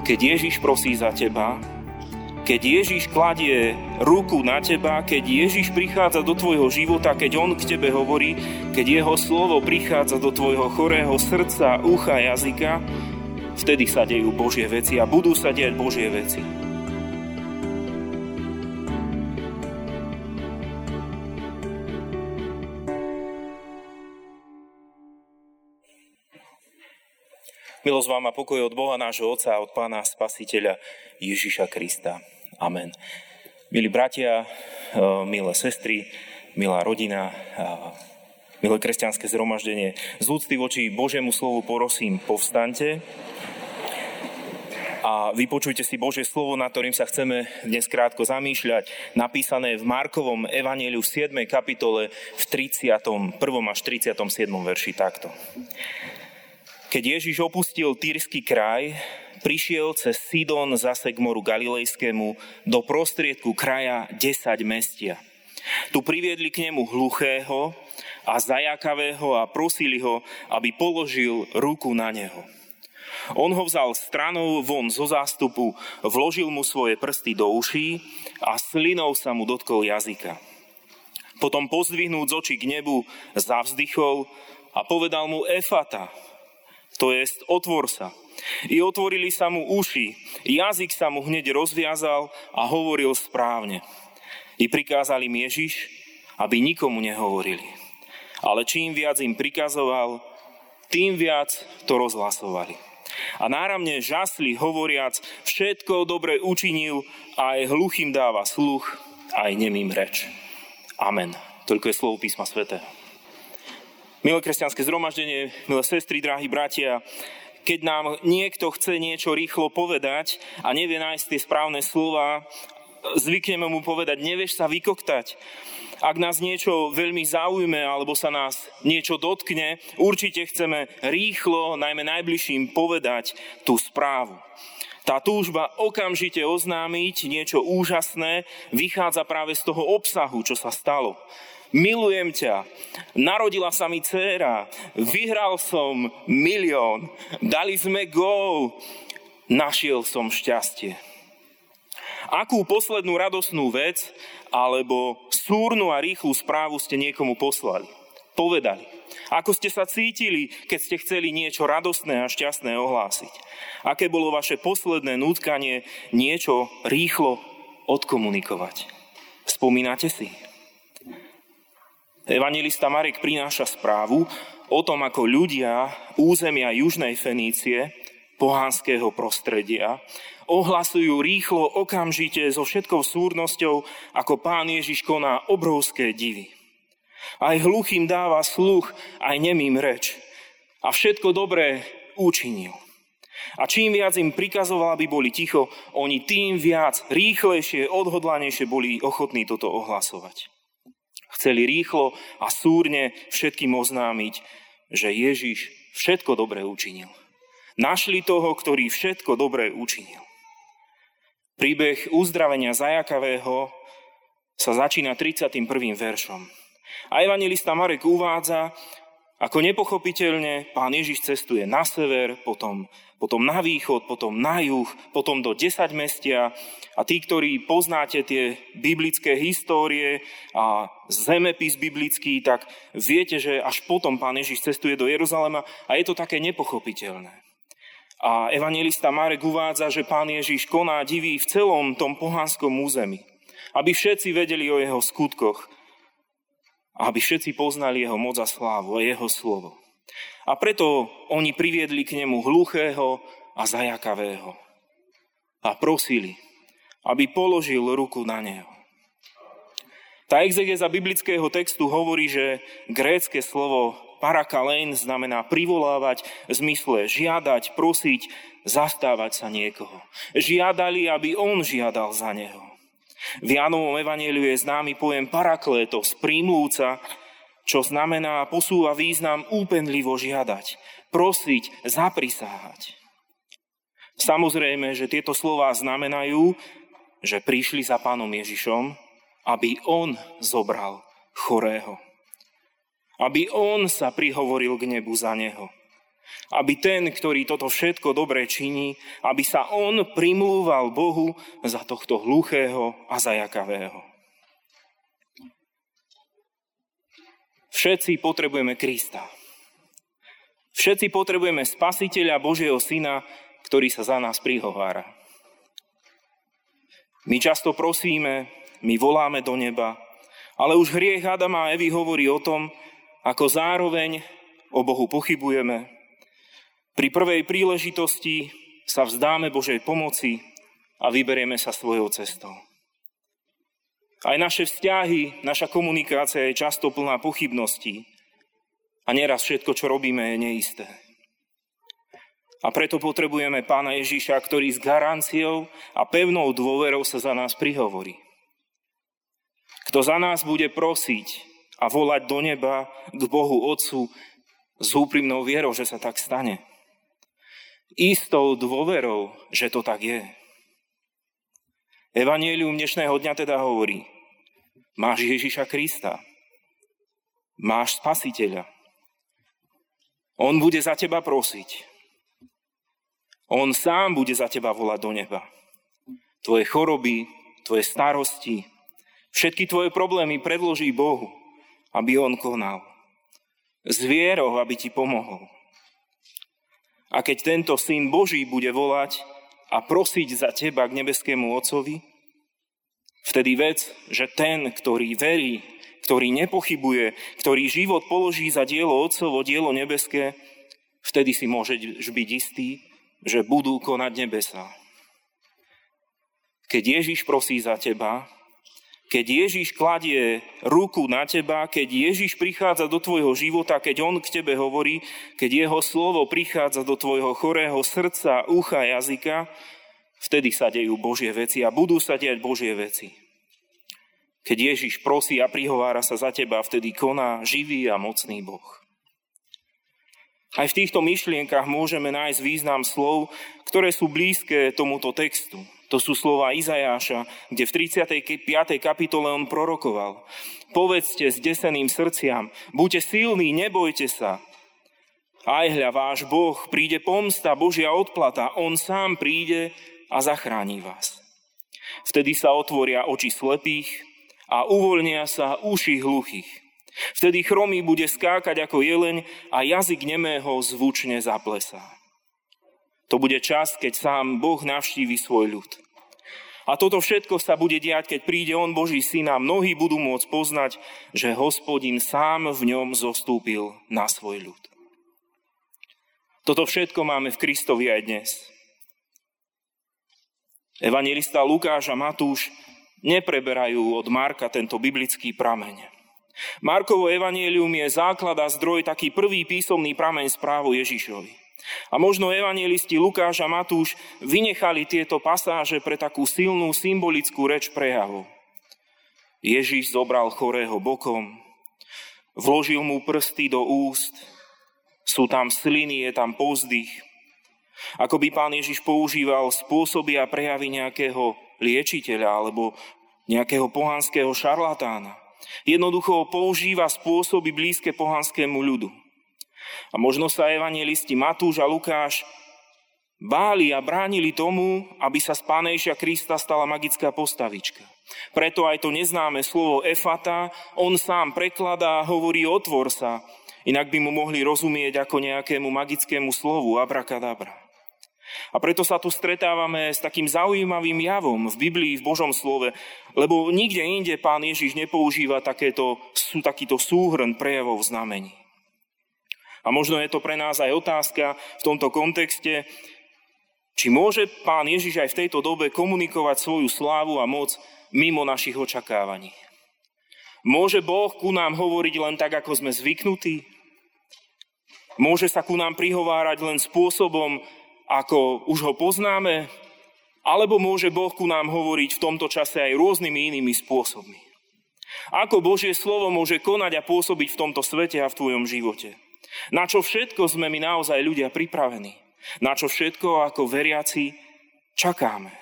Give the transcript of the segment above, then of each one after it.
keď Ježiš prosí za teba, keď Ježiš kladie ruku na teba, keď Ježiš prichádza do tvojho života, keď on k tebe hovorí, keď jeho slovo prichádza do tvojho chorého srdca, ucha, jazyka, vtedy sa dejú Božie veci a budú sa diať Božie veci. Milosť vám a pokoj od Boha nášho Otca a od Pána Spasiteľa Ježiša Krista. Amen. Milí bratia, milé sestry, milá rodina, milé kresťanské zhromaždenie, z úcty voči Božiemu slovu prosím, povstaňte a vypočujte si Božie slovo, nad ktorým sa chceme dnes krátko zamýšľať, napísané v Markovom evanjeliu v 7. kapitole v 31. až 37. verši takto. Keď Ježiš opustil Týrsky kraj, prišiel cez Sidon zase k moru Galilejskému do prostriedku kraja 10 mestia. Tu priviedli k nemu hluchého a zajakavého a prosili ho, aby položil ruku na neho. On ho vzal stranou von zo zástupu, vložil mu svoje prsty do uší a slinou sa mu dotkol jazyka. Potom pozdvihnúc oči k nebu, zavzdychol a povedal mu Efata, to jest, otvor sa. I otvorili sa mu uši, jazyk sa mu hneď rozviazal a hovoril správne. I prikázal im Ježiš, aby nikomu nehovorili. Ale čím viac im prikazoval, tým viac to rozhlasovali. A náramne žasli, hovoriac, všetko dobre učinil a aj hluchým dáva sluch, aj nemým reč. Amen. Toľko je slovo písma svätého. Milé kresťanské zhromaždenie, milé sestry, drahí bratia, keď nám niekto chce niečo rýchlo povedať a nevie nájsť tie správne slova, zvykneme mu povedať, nevieš sa vykoktať. Ak nás niečo veľmi zaujme alebo sa nás niečo dotkne, určite chceme rýchlo, najmä najbližším, povedať tú správu. Tá túžba okamžite oznámiť niečo úžasné vychádza práve z toho obsahu, čo sa stalo. Milujem ťa, narodila sa mi dcéra, vyhral som 1 000 000, dali sme gól, našiel som šťastie. Akú poslednú radosnú vec alebo súrnu a rýchlu správu ste niekomu poslali, povedali? Ako ste sa cítili, keď ste chceli niečo radostné a šťastné ohlásiť? Aké bolo vaše posledné nutkanie niečo rýchlo odkomunikovať? Spomínate si? Evanjelista Marek prináša správu o tom, ako ľudia územia južnej Fenície, pohanského prostredia, ohlasujú rýchlo, okamžite, so všetkou súrnosťou, ako Pán Ježiš koná obrovské divy. Aj hluchým dáva sluch, aj nemým reč. A všetko dobré učinil. A čím viac im prikazoval, aby boli ticho, oni tým viac, rýchlejšie, odhodlanejšie boli ochotní toto ohlasovať. Chceli rýchlo a súrne všetkým oznámiť, že Ježiš všetko dobré učinil. Našli toho, ktorý všetko dobré učinil. Príbeh uzdravenia zajakavého sa začína 31. veršom. A evanjelista Marek uvádza, ako nepochopiteľne Pán Ježiš cestuje na sever, potom na východ, potom na juh, potom do 10 mestia. A tí, ktorí poznáte tie biblické histórie a zemepis biblický, tak viete, že až potom Pán Ježiš cestuje do Jeruzalema a je to také nepochopiteľné. A evanjelista Marek uvádza, že Pán Ježiš koná divy v celom tom pohanskom území. Aby všetci vedeli o jeho skutkoch. A aby všetci poznali jeho moc a slávu a jeho slovo. A preto oni priviedli k nemu hluchého a zajakavého. A prosili, aby položil ruku na neho. Tá exegéza biblického textu hovorí, že grécke slovo parakalein znamená privolávať v zmysle žiadať, prosiť, zastávať sa niekoho. Žiadali, aby on žiadal za neho. V Jánovom evanjeliu je známy pojem paraklétos, prímlúca, čo znamená posúva význam úpenlivo žiadať, prosiť, zaprisáhať. Samozrejme, že tieto slová znamenajú, že prišli za Pánom Ježišom, aby on zobral chorého. Aby on sa prihovoril k nebu za neho. Aby ten, ktorý toto všetko dobre činí, aby sa on primlúval Bohu za tohto hluchého a zajakavého. Všetci potrebujeme Krista. Všetci potrebujeme Spasiteľa Božieho Syna, ktorý sa za nás prihovára. My často prosíme, my voláme do neba, ale už hriech Adama a Evy hovorí o tom, ako zároveň o Bohu pochybujeme. Pri prvej príležitosti sa vzdáme Božej pomoci a vyberieme sa svojou cestou. Aj naše vzťahy, naša komunikácia je často plná pochybností a nieraz všetko, čo robíme, je neisté. A preto potrebujeme Pána Ježiša, ktorý s garanciou a pevnou dôverou sa za nás prihovorí. Kto za nás bude prosiť a volať do neba k Bohu Otcu s úprimnou vierou, že sa tak stane. Istou dôverou, že to tak je. Evanjelium dnešného dňa teda hovorí: máš Ježiša Krista, máš Spasiteľa. On bude za teba prosiť. On sám bude za teba volať do neba. Tvoje choroby, tvoje starosti, všetky tvoje problémy predloží Bohu, aby on konal. S vierou, aby ti pomohol. A keď tento Syn Boží bude volať a prosiť za teba k nebeskému Otcovi, vtedy vec, že ten, ktorý verí, ktorý nepochybuje, ktorý život položí za dielo Otcovo, dielo nebeské, vtedy si môžeš byť istý, že budú konať nebesá. Keď Ježiš prosí za teba, keď Ježiš kladie ruku na teba, keď Ježiš prichádza do tvojho života, keď on k tebe hovorí, keď jeho slovo prichádza do tvojho chorého srdca, ucha, jazyka, vtedy sa dejú Božie veci a budú sa diať Božie veci. Keď Ježiš prosí a prihovára sa za teba, vtedy koná živý a mocný Boh. Aj v týchto myšlienkach môžeme nájsť význam slov, ktoré sú blízke tomuto textu. To sú slova Izajáša, kde v 35. kapitole on prorokoval: povedzte zdeseným srdciam, buďte silní, nebojte sa. Aj hľa, váš Boh, príde pomsta, Božia odplata, on sám príde a zachráni vás. Vtedy sa otvoria oči slepých a uvoľnia sa uši hluchých. Vtedy chromý bude skákať ako jeleň a jazyk nemého zvučne zaplesá. To bude čas, keď sám Boh navštívi svoj ľud. A toto všetko sa bude diať, keď príde on, Boží Syn, a mnohí budú môcť poznať, že Hospodin sám v ňom zostúpil na svoj ľud. Toto všetko máme v Kristovi aj dnes. Evanjelista Lukáš a Matúš nepreberajú od Marka tento biblický prameň. Markovo evanjelium je základ a zdroj, taký prvý písomný prameň správu Ježišovi. A možno evanjelisti Lukáš a Matúš vynechali tieto pasáže pre takú silnú symbolickú reč prejavov. Ježiš zobral chorého bokom, vložil mu prsty do úst, sú tam sliny, je tam povzdych. Ako by Pán Ježiš používal spôsoby a prejavy nejakého liečiteľa alebo nejakého pohanského šarlatána. Jednoducho používa spôsoby blízke pohanskému ľudu. A možno sa evanjelisti Matúš a Lukáš báli a bránili tomu, aby sa z Pána Ježiša Krista stala magická postavička. Preto aj to neznáme slovo efata on sám prekladá a hovorí otvor sa, inak by mu mohli rozumieť ako nejakému magickému slovu abrakadabra. A preto sa tu stretávame s takým zaujímavým javom v Biblii, v Božom slove, lebo nikde inde Pán Ježiš nepoužíva takýto súhrn prejavov znamení. A možno je to pre nás aj otázka v tomto kontexte, či môže Pán Ježiš aj v tejto dobe komunikovať svoju slávu a moc mimo našich očakávaní. Môže Boh ku nám hovoriť len tak, ako sme zvyknutí? Môže sa ku nám prihovárať len spôsobom, ako už ho poznáme, alebo môže Boh ku nám hovoriť v tomto čase aj rôznymi inými spôsobmi. Ako Božie slovo môže konať a pôsobiť v tomto svete a v tvojom živote? Na čo všetko sme my naozaj ľudia pripravení? Na čo všetko ako veriaci čakáme?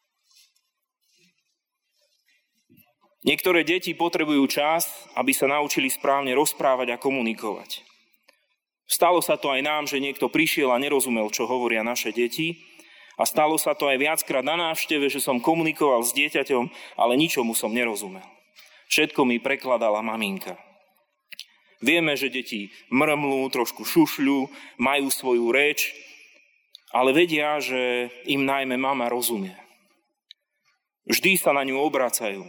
Niektoré deti potrebujú čas, aby sa naučili správne rozprávať a komunikovať. Stalo sa to aj nám, že niekto prišiel a nerozumel, čo hovoria naše deti. A stalo sa to aj viackrát na návšteve, že som komunikoval s dieťaťom, ale ničomu som nerozumel. Všetko mi prekladala maminka. Vieme, že deti mrmlú, trošku šušľú, majú svoju reč, ale vedia, že im najmä mama rozumie. Vždy sa na ňu obracajú.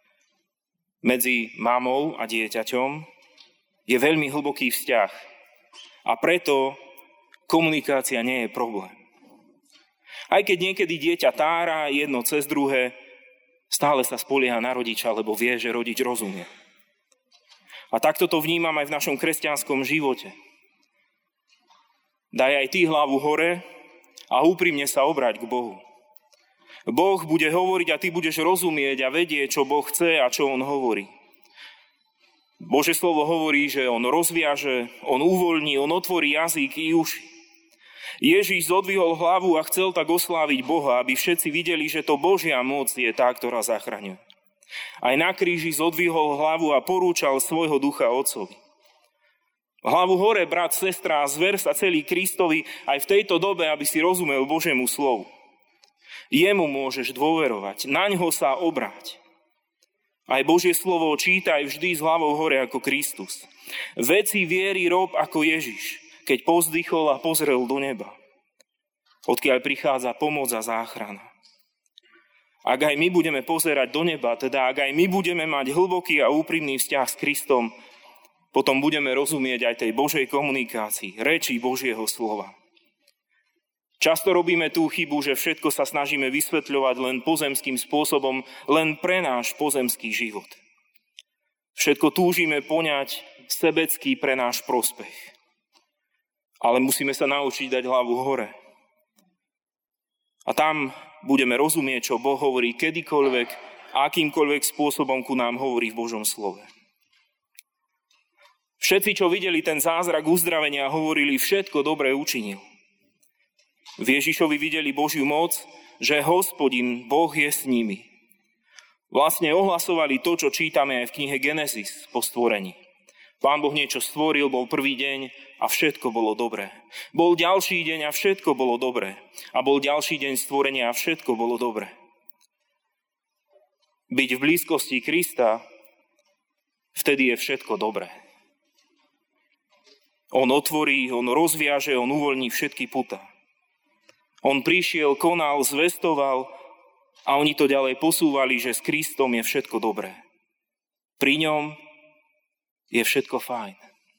Medzi mamou a dieťaťom je veľmi hlboký vzťah. A preto komunikácia nie je problém. Aj keď niekedy dieťa tára jedno cez druhé, stále sa spolieha na rodiča, lebo vie, že rodič rozumie. A takto to vnímam aj v našom kresťanskom živote. Daj aj ty hlavu hore a úprimne sa obráť k Bohu. Boh bude hovoriť a ty budeš rozumieť a vedieť, čo Boh chce a čo on hovorí. Božie slovo hovorí, že on rozviaže, on uvoľní, on otvorí jazyk i uši. Ježíš zodvihol hlavu a chcel tak osláviť Boha, aby všetci videli, že to Božia moc je tá, ktorá zachraňuje. Aj na kríži zodvihol hlavu a porúčal svojho ducha Otcovi. Hlavu hore, brat, sestra, zver sa celý Kristovi aj v tejto dobe, aby si rozumel Božiemu slovu. Jemu môžeš dôverovať, naňho sa obráť. Aj Božie slovo čítaj vždy s hlavou hore ako Kristus. Veci viery rob ako Ježiš, keď povzdychol a pozrel do neba, odkiaľ prichádza pomoc a záchrana. Ak aj my budeme pozerať do neba, teda ak aj my budeme mať hlboký a úprimný vzťah s Kristom, potom budeme rozumieť aj tej Božej komunikácii, reči Božieho slova. Často robíme tú chybu, že všetko sa snažíme vysvetľovať len pozemským spôsobom, len pre náš pozemský život. Všetko túžime poňať sebecký pre náš prospech. Ale musíme sa naučiť dať hlavu hore. A tam budeme rozumieť, čo Boh hovorí kedykoľvek a akýmkoľvek spôsobom ku nám hovorí v Božom slove. Všetci, čo videli ten zázrak uzdravenia, hovorili, všetko dobre učinil. V Ježišovi videli Božiu moc, že Hospodin, Boh je s nimi. Vlastne ohlasovali to, čo čítame aj v knihe Genesis po stvorení. Pán Boh niečo stvoril, bol prvý deň a všetko bolo dobré. Bol ďalší deň a všetko bolo dobré. A bol ďalší deň stvorenia a všetko bolo dobré. Byť v blízkosti Krista, vtedy je všetko dobré. On otvorí, on rozviaže, on uvoľní všetky putá. On prišiel, konal, zvestoval a oni to ďalej posúvali, že s Kristom je všetko dobré. Pri ňom je všetko fajn.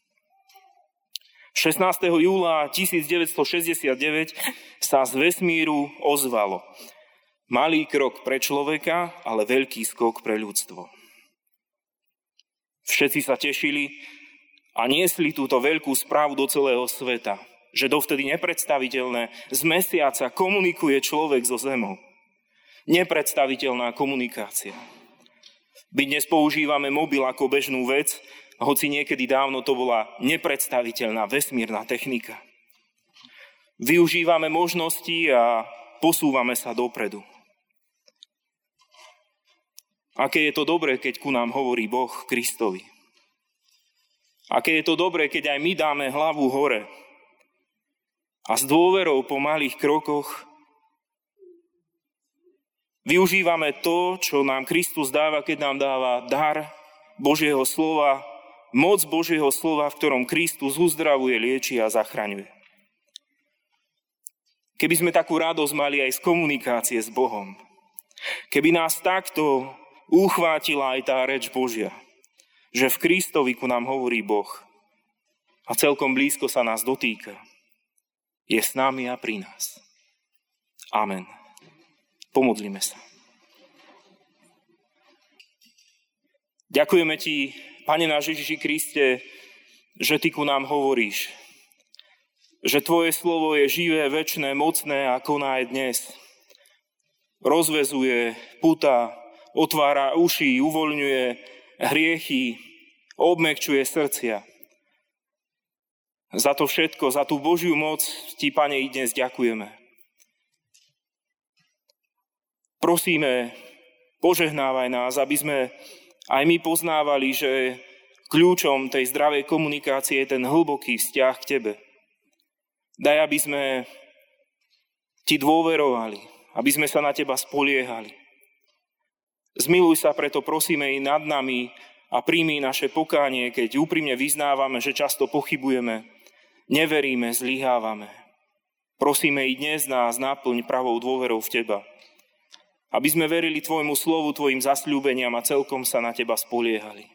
16. júla 1969 sa z vesmíru ozvalo. Malý krok pre človeka, ale veľký skok pre ľudstvo. Všetci sa tešili a niesli túto veľkú správu do celého sveta, že dovtedy nepredstaviteľné z mesiaca komunikuje človek so zemou. Nepredstaviteľná komunikácia. My dnes používame mobil ako bežnú vec, hoci niekedy dávno to bola nepredstaviteľná vesmírna technika. Využívame možnosti a posúvame sa dopredu. Aké je to dobré, keď ku nám hovorí Boh Kristovi. Aké je to dobré, keď aj my dáme hlavu hore a s dôverou po malých krokoch využívame to, čo nám Kristus dáva, keď nám dáva dar Božieho slova, moc Božieho slova, v ktorom Kristus uzdravuje, lieči a zachraňuje. Keby sme takú radosť mali aj z komunikácie s Bohom, keby nás takto uchvátila aj tá reč Božia, že v Kristovi ku nám hovorí Boh a celkom blízko sa nás dotýka, je s nami a pri nás. Amen. Pomodlíme sa. Ďakujeme ti, Pane náš Ježiši Kriste, že ty ku nám hovoríš. Že tvoje slovo je živé, večné, mocné a koná aj dnes. Rozvezuje putá, otvára uši, uvoľňuje hriechy, obmäkčuje srdcia. Za to všetko, za tú Božiu moc ti, Pane, i dnes ďakujeme. Prosíme, požehnávaj nás, aby sme aj my poznávali, že Kľúčom tej zdravej komunikácie je ten hlboký vzťah k tebe. Daj, aby sme ti dôverovali, aby sme sa na teba spoliehali. Zmiluj sa preto, prosíme, i nad nami a príjmi naše pokánie, keď úprimne vyznávame, že často pochybujeme, neveríme, zlyhávame. Prosíme, i dnes nás naplň pravou dôverou v teba, aby sme verili tvojmu slovu, tvojim zasľúbeniam a celkom sa na teba spoliehali.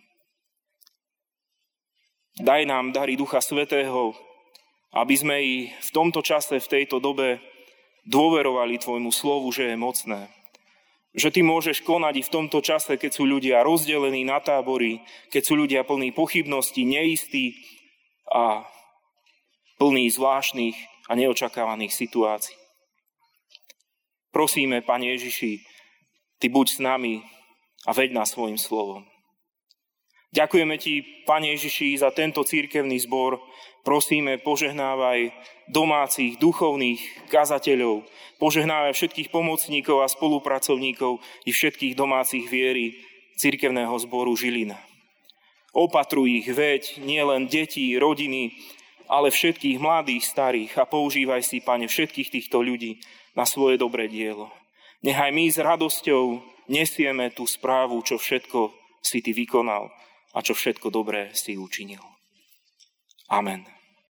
Daj nám dary Ducha Svätého, aby sme i v tomto čase, v tejto dobe dôverovali tvojmu slovu, že je mocné. Že ty môžeš konať i v tomto čase, keď sú ľudia rozdelení na tábory, keď sú ľudia plní pochybností, neistí a plní zvláštnych a neočakávaných situácií. Prosíme, Pane Ježiši, ty buď s nami a veď nás svojim slovom. Ďakujeme ti, Pane Ježiši, za tento cirkevný zbor. Prosíme, požehnávaj domácich, duchovných kazateľov, požehnávaj všetkých pomocníkov a spolupracovníkov i všetkých domácich viery cirkevného zboru Žilina. Opatruj ich, veď nielen deti, rodiny, ale všetkých mladých, starých a používaj si, Pane, všetkých týchto ľudí na svoje dobré dielo. Nechaj my s radosťou nesieme tú správu, čo všetko si ty vykonal a čo všetko dobré si učinil. Amen.